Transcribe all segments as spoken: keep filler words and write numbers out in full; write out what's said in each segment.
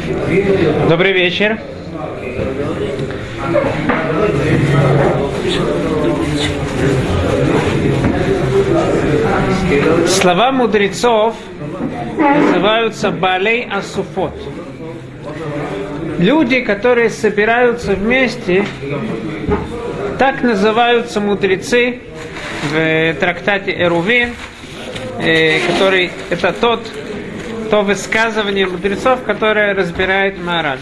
Добрый вечер. Слова мудрецов называются балей асуфот. Люди, которые собираются вместе, так называются мудрецы в трактате Эрувин, который это тот, то высказывание мудрецов, которое разбирает Маораль.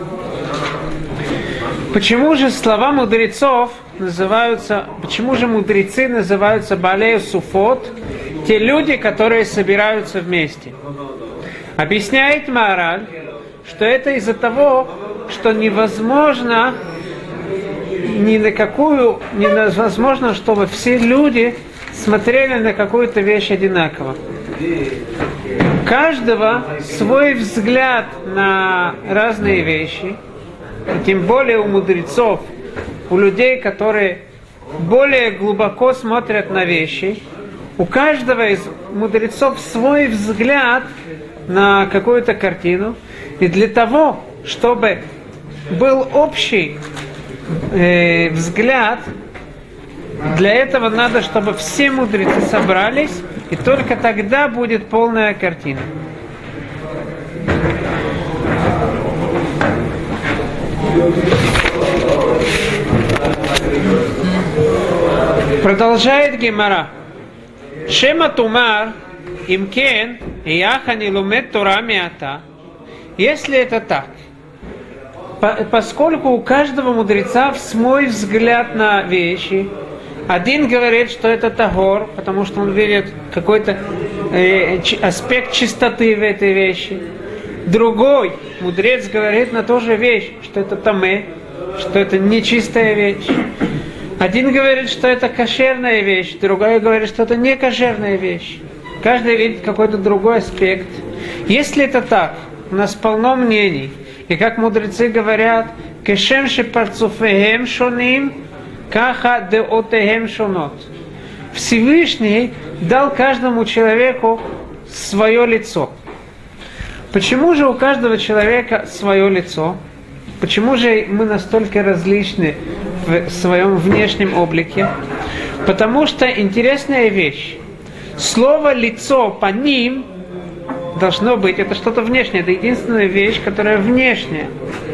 Почему же слова мудрецов называются, почему же мудрецы называются балей асуфот, те люди, которые собираются вместе? Объясняет Маораль, что это из-за того, что невозможно ни на какую, невозможно, чтобы все люди смотрели на какую-то вещь одинаково. У каждого свой взгляд на разные вещи, и тем более у мудрецов, у людей, которые более глубоко смотрят на вещи, у каждого из мудрецов свой взгляд на какую-то картину. И для того, чтобы был общий э, взгляд, для этого надо, чтобы все мудрецы собрались, и только тогда будет полная картина. Продолжает Гемара. Шема тумар имкен яхани лумет тора миата. Если это так, по, поскольку у каждого мудреца свой взгляд на вещи, один говорит, что это тагор, потому что он видит какой-то э, аспект чистоты в этой вещи. Другой мудрец говорит на ту же вещь, что это тамэ, что это нечистая вещь. Один говорит, что это кошерная вещь, другой говорит, что это не кошерная вещь. Каждый видит какой-то другой аспект. Если это так, у нас полно мнений. И как мудрецы говорят, кешем шепарцуфехем шоним, каха деотехем шонот. Всевышний дал каждому человеку свое лицо. Почему же у каждого человека свое лицо? Почему же мы настолько различны в своем внешнем облике? Потому что интересная вещь. Слово лицо по ним должно быть, это что-то внешнее, это единственная вещь, которая внешняя.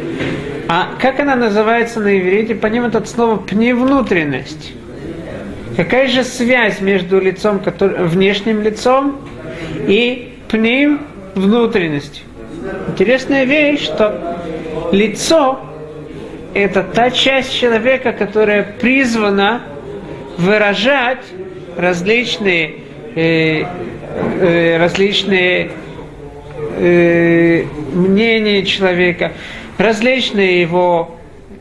А как она называется на иврите? По ним это слово пневнутренность. Какая же связь между лицом, который, внешним лицом и пним внутренностью? Интересная вещь, что лицо – это та часть человека, которая призвана выражать различные, э, э, различные э, мнения человека, различные его,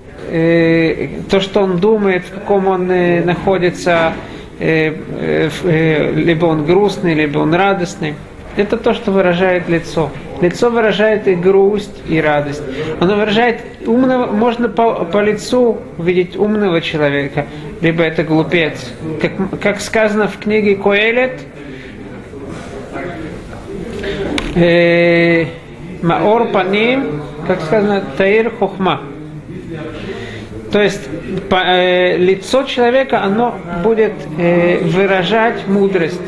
э, то, что он думает, в каком он э, находится, э, э, э, либо он грустный, либо он радостный. Это то, что выражает лицо. Лицо выражает и грусть, и радость. Оно выражает умного, можно по, по лицу увидеть умного человека, либо это глупец. Как, как сказано в книге Коэлет, Маор паним, как сказано, таир хохма. То есть по, э, лицо человека, оно будет э, выражать мудрость.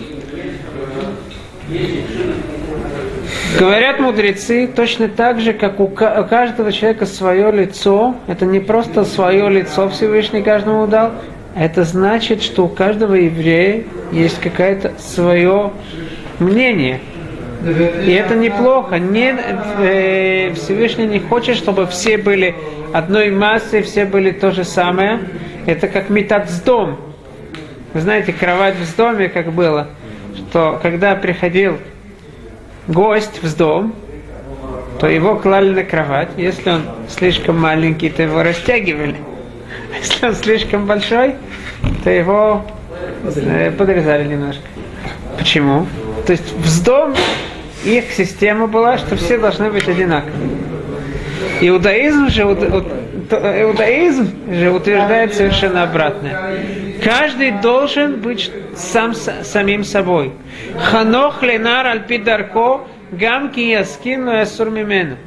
Говорят мудрецы, точно так же, как у каждого человека свое лицо, это не просто свое лицо Всевышний каждому дал, это значит, что у каждого еврея есть какое-то свое мнение. И это неплохо. Не, э, Всевышний не хочет, чтобы все были одной массой, все были то же самое. Это как митат с дом. Вы знаете, кровать в доме, как было, что когда приходил гость в дом, то его клали на кровать. Если он слишком маленький, то его растягивали. А если он слишком большой, то его э, подрезали немножко. Почему? То есть в дом их система была, что все должны быть одинаковы. Иудаизм же, иудаизм же утверждает совершенно обратное. Каждый должен быть сам самим собой. Ханох ленар альпи дарко гам ки яскин но ясур мимену.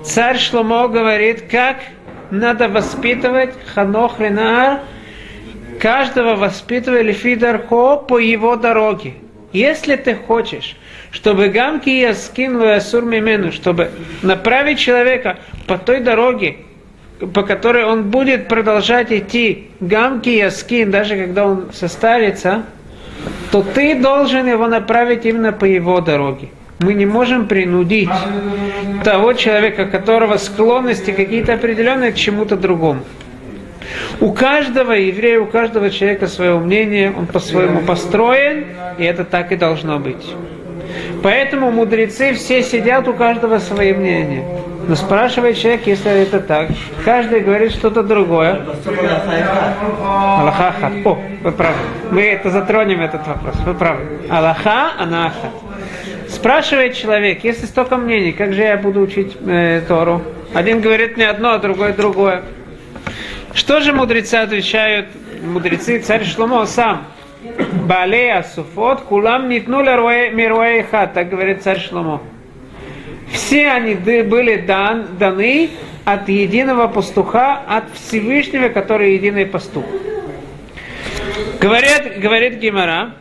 царь Шломо говорит, как надо воспитывать Ханох Ленаар, каждого воспитывая Лефидархо по его дороге. Если ты хочешь, чтобы Гамки Яскин Васур Мимену, чтобы направить человека по той дороге, по которой он будет продолжать идти, Гамки Яскин, даже когда он состарится, то ты должен его направить именно по его дороге. Мы не можем принудить того человека, у которого склонности какие-то определенные к чему-то другому. У каждого еврея, у каждого человека свое мнение, он по-своему построен, и это так и должно быть. Поэтому мудрецы все сидят, у каждого свое мнение. Но спрашивает человек, если это так, каждый говорит что-то другое. Аллаха ахат. О, вы правы. Мы это затронем, этот вопрос. Вы правы. Аллаха, она ахат. Спрашивает человек, если столько мнений, как же я буду учить э, Тору? Один говорит мне одно, а другой другое. Что же мудрецы отвечают? Мудрецы, царь Шломо сам. Балей асуфот, кулам нитнули мируэй хат, так говорит царь Шломо. Все они были дан, даны от единого пастуха, от Всевышнего, который единый пастух. Говорит, говорит Гемара,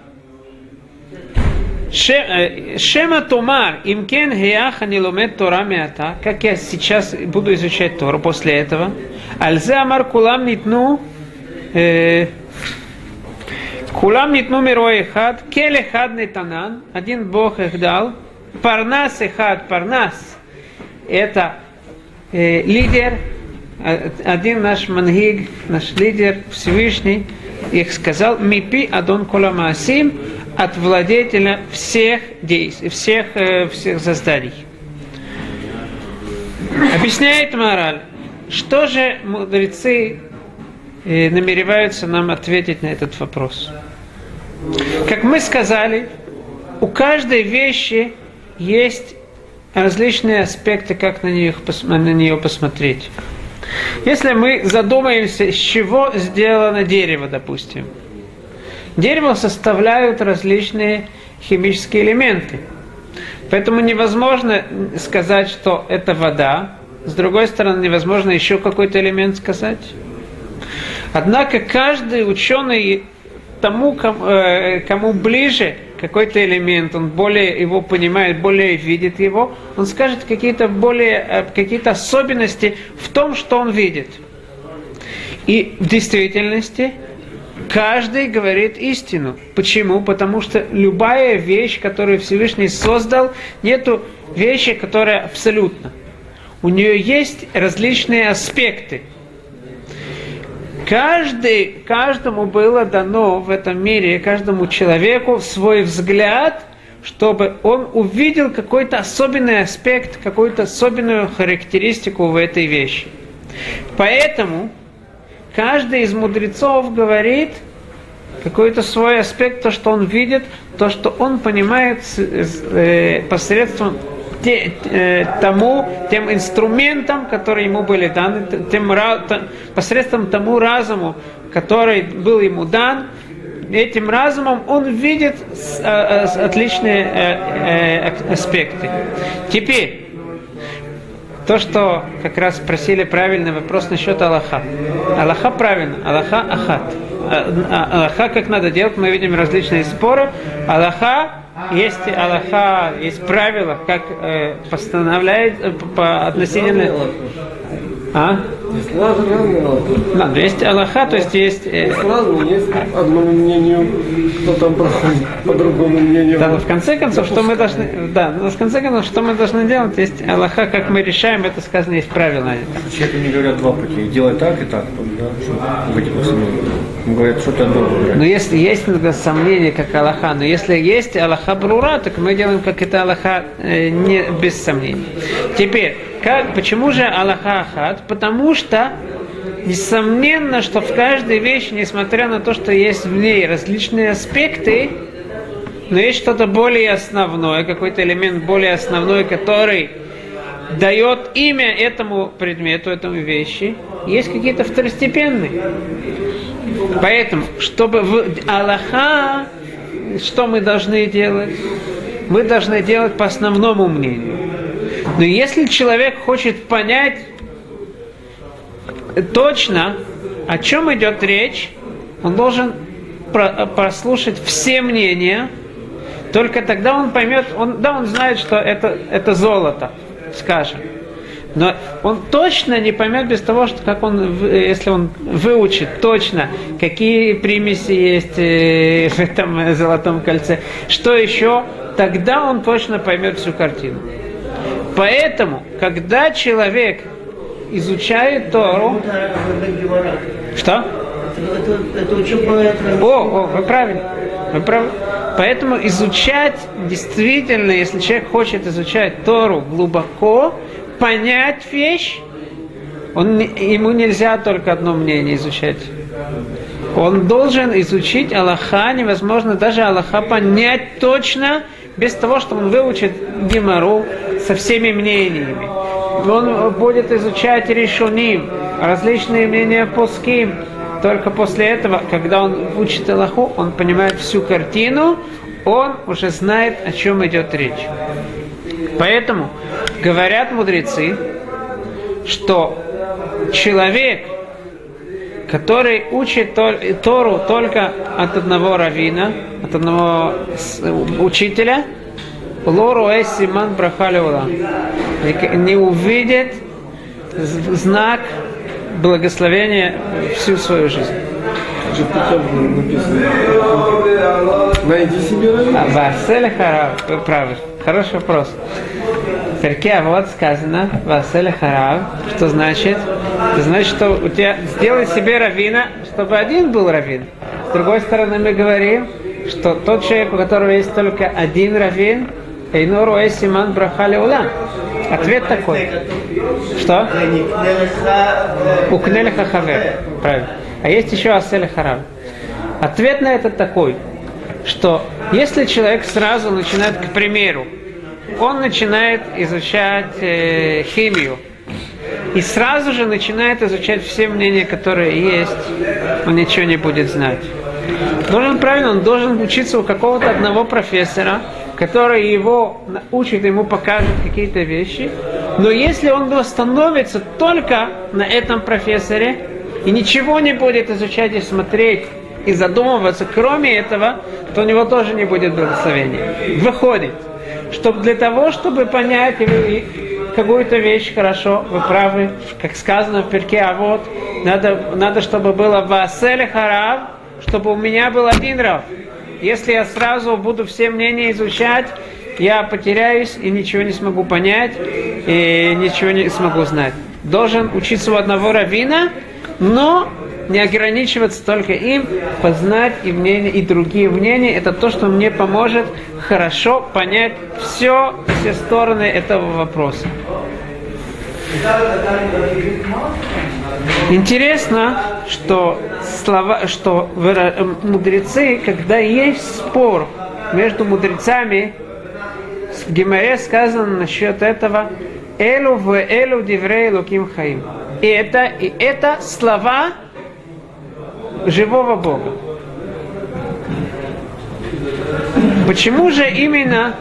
Шема Томар, имкен геах аниломет Тора меата, как я сейчас буду изучать Тору после этого, альзе амар кулам нитну, кулам нитну мируэй хат, келе хад нетанан, один Бог их дал, Парнас и хад, Парнас, это э, лидер, один наш мангиг, наш лидер Всевышний, их сказал, Мипи Адон Коламасим, от владетеля всех действий, всех, э, всех созданий. Объясняет мораль, что же мудрецы э, намереваются нам ответить на этот вопрос. Как мы сказали, у каждой вещи есть различные аспекты, как на нее, на нее посмотреть. Если мы задумаемся, с чего сделано дерево, допустим. Дерево составляют различные химические элементы. Поэтому невозможно сказать, что это вода. С другой стороны, невозможно еще какой-то элемент сказать. Однако каждый ученый, тому, кому, кому ближе какой-то элемент, он более его понимает, более видит его, он скажет какие-то более, какие-то особенности в том, что он видит. И в действительности каждый говорит истину. Почему? Потому что любая вещь, которую Всевышний создал, нету вещи, которая абсолютна. У нее есть различные аспекты. Каждый, каждому было дано в этом мире, каждому человеку свой взгляд, чтобы он увидел какой-то особенный аспект, какую-то особенную характеристику в этой вещи. Поэтому каждый из мудрецов говорит какой-то свой аспект, то, что он видит, то, что он понимает э, посредством те, э, тому, тем инструментам, которые ему были даны, тем, посредством тому разуму, который был ему дан. Этим разумом он видит э, э, отличные э, э, аспекты. Теперь, то, что как раз спросили правильный вопрос насчет Аллаха. Аллаха правильно, Аллаха ахат. Аллаха как надо делать, мы видим различные споры. Аллаха, есть Аллаха, есть правила, как э, постановляет э, по относительно... А? Да, есть Аллаха, то есть есть... Э... Сразу есть одному мнению, кто там проходит по другому мнению. Да, но в конце концов, что мы должны... Да, но в конце концов, что мы должны делать, есть Аллаха, как мы решаем, это сказано, есть правила. Человеку не говорят два пути, делай так и так, да, в этих сомнениях. Говорят, что ты должен. Но если есть иногда сомнения, как Аллаха, но если есть Аллаха Брура, так мы делаем, как это Аллаха, э, не, без сомнений. Теперь, как, почему же Аллаха Ахат? Потому что несомненно, что в каждой вещи, несмотря на то, что есть в ней различные аспекты, но есть что-то более основное, какой-то элемент более основной, который дает имя этому предмету, этому вещи, есть какие-то второстепенные. Поэтому, чтобы в Аллаха, что мы должны делать? Мы должны делать по основному мнению. Но если человек хочет понять точно, о чем идет речь, он должен прослушать все мнения. Только тогда он поймет, он, да, он знает, что это, это золото, скажем. Но он точно не поймет без того, что как он, если он выучит точно, какие примеси есть в этом золотом кольце, что еще, тогда он точно поймет всю картину. Поэтому, когда человек изучает Тору... Что? О, о, вы правильно. Вы правы. Поэтому изучать, действительно, если человек хочет изучать Тору глубоко, понять вещь, он, ему нельзя только одно мнение изучать. Он должен изучить Аллаха, невозможно даже Аллаха понять точно, без того, что он выучит Гемару со всеми мнениями. Он будет изучать Ришоним, различные мнения Поским. Только после этого, когда он учит Аллаху, он понимает всю картину, он уже знает, о чем идет речь. Поэтому говорят мудрецы, что человек, который учит Тору только от одного раввина, от одного учителя, лору эсиман брахалюла, не увидит знак благословения всю свою жизнь. Найди себе раввина. Васель харав, вы правы. Хороший вопрос. В перке вот сказано Васель харав, что значит? Это значит, что у тебя сделай себе раввина, чтобы один был раввин. С другой стороны, мы говорим, что тот человек, у которого есть только один раввин, эйнору эсиман брахали улам. Ответ такой. Что? Укнелеха хавер. Правильно. А есть еще асель харав. Ответ на это такой, что если человек сразу начинает, к примеру, он начинает изучать э, химию, и сразу же начинает изучать все мнения, которые есть, он ничего не будет знать. Должен, правильно, он должен учиться у какого-то одного профессора, который его учит, ему покажет какие-то вещи. Но если он остановится только на этом профессоре и ничего не будет изучать и смотреть, и задумываться, кроме этого, то у него тоже не будет благословения. Выходит, что для того, чтобы понять какую-то вещь хорошо, вы правы, как сказано в перке, а вот, надо, надо чтобы было васель харав, чтобы у меня был один рав. Если я сразу буду все мнения изучать, я потеряюсь и ничего не смогу понять, и ничего не смогу знать. Должен учиться у одного раввина, но не ограничиваться только им, познать и мнения, и другие мнения. Это то, что мне поможет хорошо понять все, все стороны этого вопроса. Интересно, что, слова, что мудрецы, когда есть спор между мудрецами, в Гемаре сказано насчет этого «Элу в элу диврей луким хаим». И это, и это слова живого Бога. Почему же именно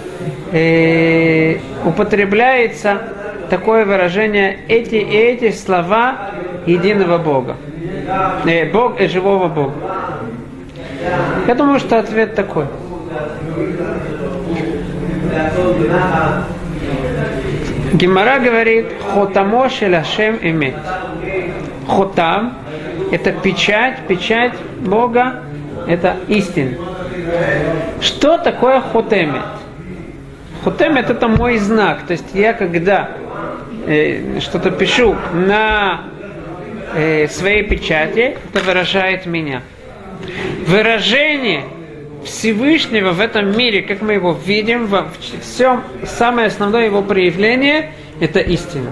э, употребляется такое выражение эти и эти слова единого Бога? Э, Бог и живого Бога. Я думаю, что ответ такой. Гемара говорит «Хотамо шель Ашем эмет». Хотам – это печать, печать Бога – это истина. Что такое хотемет? Хотемет – это мой знак. То есть я когда э, что-то пишу на э, своей печати, это выражает меня. Выражение Всевышнего в этом мире, как мы его видим, во всем, самое основное его проявление – это истина.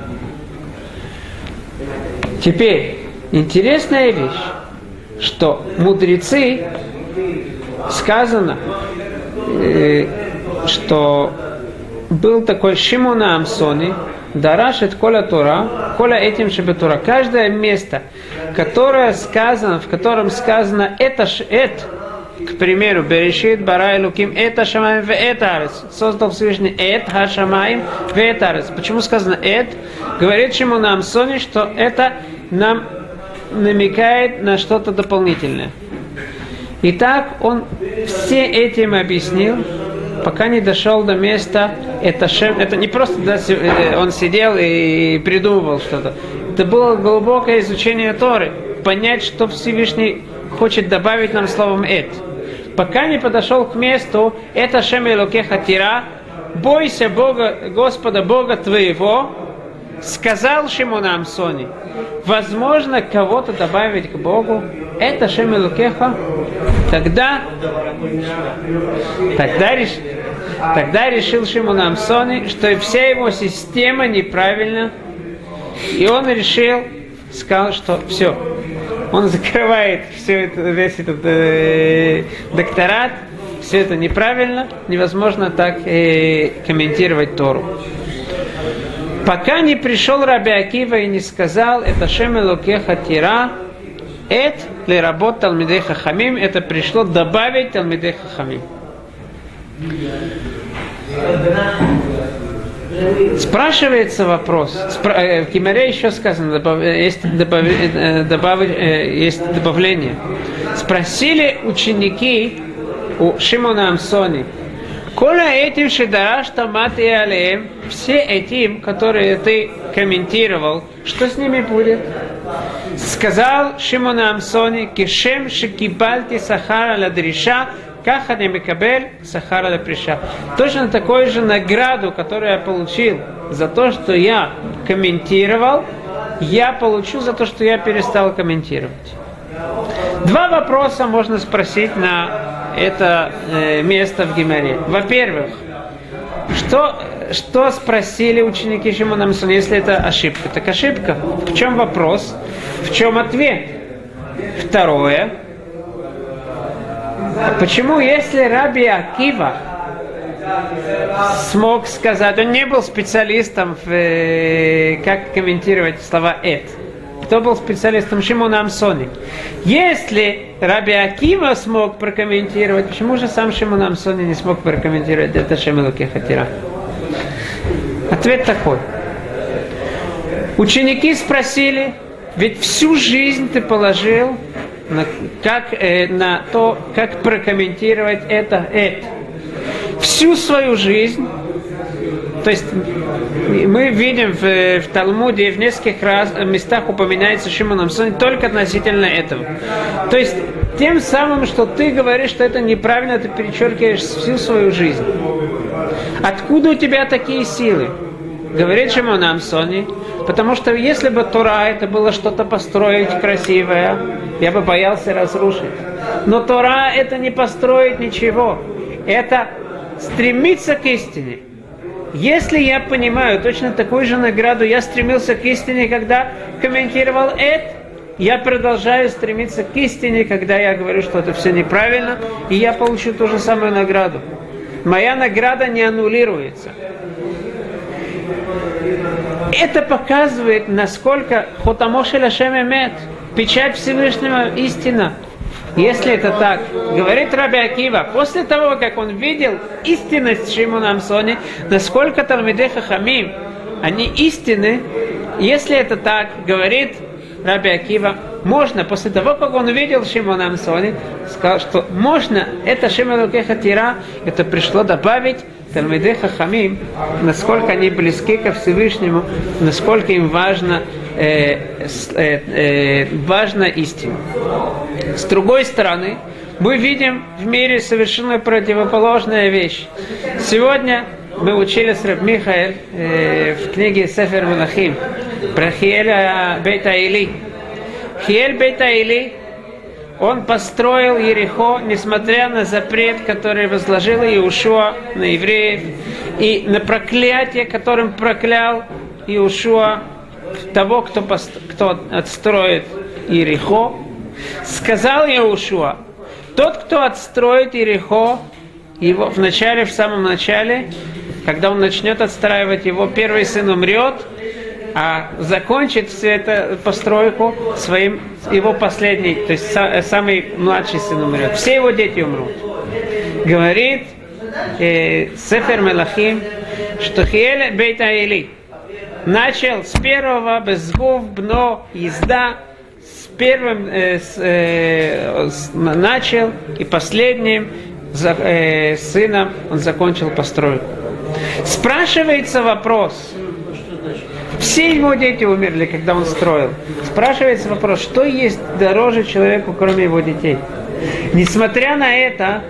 Теперь, интересная вещь, что мудрецы, сказано, э, что был такой Шимон Амсони, Дарашет Коля Тора, Коля этим Шебетура. Каждое место, которое сказано, в котором сказано это ж эт, к примеру, Берешит, Бара Элуким, это Шамаим, в это Арес. Создал Всевышний Эт, Ха Шамаим, в это Арес. Почему сказано Эт? Говорит Шимон Амсони, что это нам намекает на что-то дополнительное. Итак, он все этим объяснил, пока не дошел до места, это Шем, это не просто да, он сидел и придумывал что-то. Это было глубокое изучение Торы, понять, что Всевышний хочет добавить нам словом «эт». Пока не подошел к месту «это Шем Элокеха Тира», «бойся Бога, Господа Бога твоего», сказал Шимон Амсони, возможно кого-то добавить к Богу, это Шем Элокеха, тогда, тогда, реш, тогда решил Шимон Амсони, что вся его система неправильна, и он решил, сказал, что все, он закрывает все это, весь этот э, докторат, все это неправильно, невозможно так э, комментировать Тору. Пока не пришел Раби Акива и не сказал, это Шем Элокеха Тира, эт ли работ Талмидей Хахамим, это пришло добавить Талмидей Хахамим. Спрашивается вопрос, в Гемаре еще сказано, есть, добав, добав, есть добавление. Спросили ученики у Шимона Амсони, Коля этим шедараш тамат и алеем, все этим, которые ты комментировал, что с ними будет? Сказал Шимон Амсони, кишем шекибальти сахара ладриша, каха не мекабель сахара ладриша. Точно такую же награду, которую я получил за то, что я комментировал, я получу за то, что я перестал комментировать. Два вопроса можно спросить на это э, место в Гемаре. Во-первых, что, что спросили ученики Шимона Амсони, если это ошибка? Так ошибка. В чем вопрос? В чем ответ? Второе. Почему, если Раби Акива смог сказать, он не был специалистом в э, как комментировать слова «эт», кто был специалистом? Шимон Амсони. Если Раби Акива смог прокомментировать, почему же сам Шимон Амсони не смог прокомментировать это Шем Элокеха Тира? Ответ такой. Ученики спросили, ведь всю жизнь ты положил на, как, э, на то, как прокомментировать это, это. Всю свою жизнь. То есть мы видим в, в Талмуде и в нескольких раз, местах упоминается Шимон Амсони только относительно этого. То есть тем самым, что ты говоришь, что это неправильно, ты перечеркиваешь всю свою жизнь. Откуда у тебя такие силы? Говорит Шимон Амсони, потому что если бы Тора это было что-то построить красивое, я бы боялся разрушить. Но Тора это не построить ничего. Это стремиться к истине. Если я понимаю точно такую же награду, я стремился к истине, когда комментировал это, я продолжаю стремиться к истине, когда я говорю, что это все неправильно, и я получу ту же самую награду. Моя награда не аннулируется. Это показывает, насколько Хотамошель Ашем Эмет, печать Всевышнего истина. Если это так, говорит Раби Акива, после того, как он видел истинность Шимона Амсони, насколько Талмидей Хахамим, они истины, если это так, говорит Раби Акива, можно, после того, как он увидел Шимона Амсони, сказал, что можно, это Шем Элокеха Тира, это пришло добавить Талмидей Хахамим, насколько они близки ко Всевышнему, насколько им важно, э, э, э, важна истина. С другой стороны, мы видим в мире совершенно противоположная вещь. Сегодня мы учили с Раб Михаэль э, в книге Сефер Мелахим про Хиэля бейт Аили. Хиэль бейт Аили, он построил Ерихо, несмотря на запрет, который возложил Иешуа на евреев, и на проклятие, которым проклял Иешуа того, кто, пост... кто отстроит Ерихо. Сказал Иешуа, тот, кто отстроит Ерихо, его в начале, в самом начале, когда он начнет отстраивать его, первый сын умрет, а закончит всю эту постройку своим, его последний, то есть са, самый младший сын умрет. Все его дети умрут. Говорит э, Сефер Мелахим, что Хиэль Бейт Аэли начал с первого безгув, бно, езда, с первым э, с, э, с, начал и последним за, э, сыном он закончил постройку. Спрашивается вопрос, все его дети умерли, когда он строил. Спрашивается вопрос, что есть дороже человеку, кроме его детей? Несмотря на это,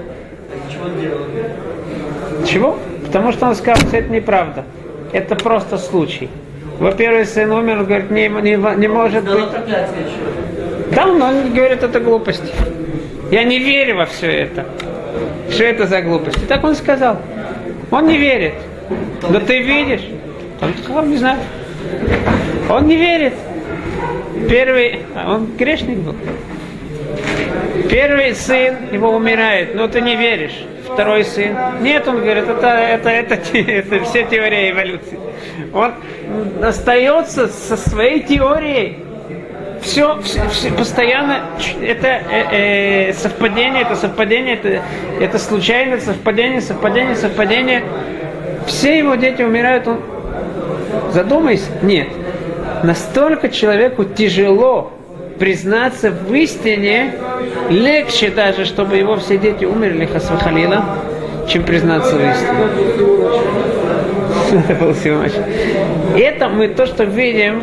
чего? Потому что он сказал, что это неправда. Это просто случай. Во-первых, сын умер, он говорит, не, не, не может быть. Да, но он говорит, это глупости. Я не верю во все это. Что это за глупости? Так он сказал. Он не верит. Но ты видишь? Он сказал, не знаю. Он не верит. Первый, он грешник был. Первый сын его умирает, но ты не веришь. Второй сын. Нет, он говорит, это, это, это, это, это все теория эволюции. Он остается со своей теорией. Все, все, все постоянно это э, э, совпадение, это совпадение, это, это случайное совпадение, совпадение, совпадение. Все его дети умирают, он задумайся. Нет. Настолько человеку тяжело признаться в истине, легче даже, чтобы его все дети умерли, хас вахалила, чем признаться в истине. Это был Симач. Это мы то, что видим,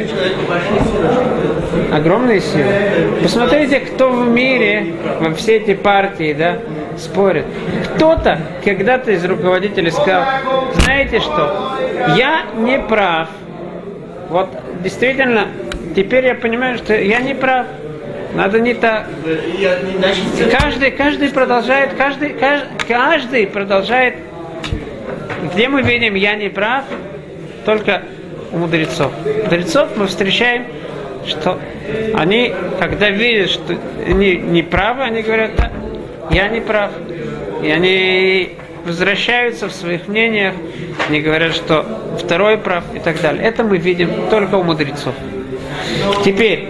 огромные силы. Посмотрите, кто в мире, во все эти партии, да, спорят. Кто-то когда-то из руководителей сказал, знаете что, я не прав. Вот действительно, теперь я понимаю, что я не прав. Надо не так. Каждый, каждый продолжает, каждый, каждый, каждый продолжает. Где мы видим, я не прав, только у мудрецов. Мудрецов мы встречаем, что они, когда видят, что они не правы, они говорят, да, я не прав. И они возвращаются в своих мнениях, они говорят, что второй прав и так далее. Это мы видим только у мудрецов. Теперь,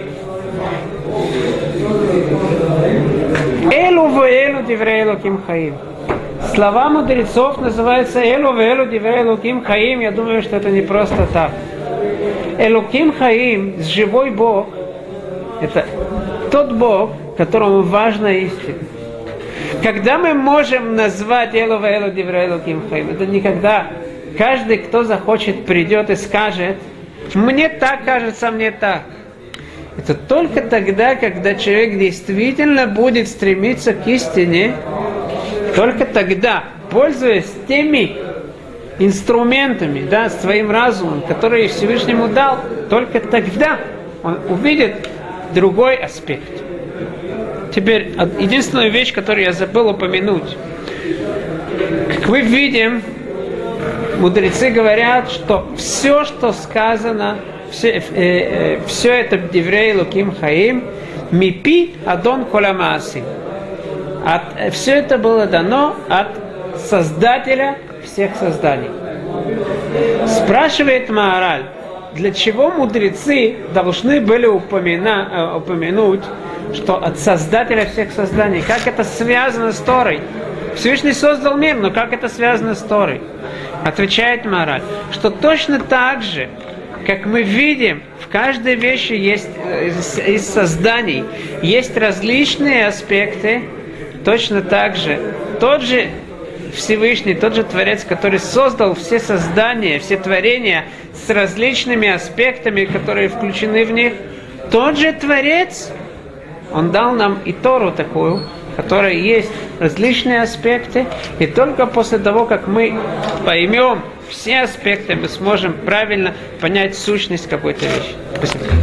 Элу вэлу диврей элоким хаим. Слова мудрецов называются Элу вэлу диврей элоким хаим. Я думаю, что это не просто так. Элоким хаим, живой Бог, это тот Бог, которому важна истина. Когда мы можем назвать Элу вэлу диврей элоким хаим, это не когда каждый, кто захочет, придет и скажет, мне так кажется, мне так. Это только тогда, когда человек действительно будет стремиться к истине, только тогда, пользуясь теми инструментами, да, своим разумом, которые Всевышнему дал, только тогда он увидит другой аспект. Теперь, единственная вещь, которую я забыл упомянуть. Как мы видим, мудрецы говорят, что все, что сказано, все, э, э, все это Диврей Элоким Хаим, Мипи Адон Коламааси. Все это было дано от Создателя всех созданий. Спрашивает Маораль, для чего мудрецы должны были упомина, упомянуть, что от Создателя всех созданий, как это связано с Торой? Всевышний создал мир, но как это связано с Торой? Отвечает Маораль, что точно так же, как мы видим, в каждой вещи есть, из созданий, есть различные аспекты, точно так же тот же Всевышний, тот же Творец, который создал все создания, все творения с различными аспектами, которые включены в них, тот же Творец, он дал нам и Тору такую, в которой есть различные аспекты, и только после того, как мы поймем все аспекты, мы сможем правильно понять сущность какой-то вещи. Спасибо.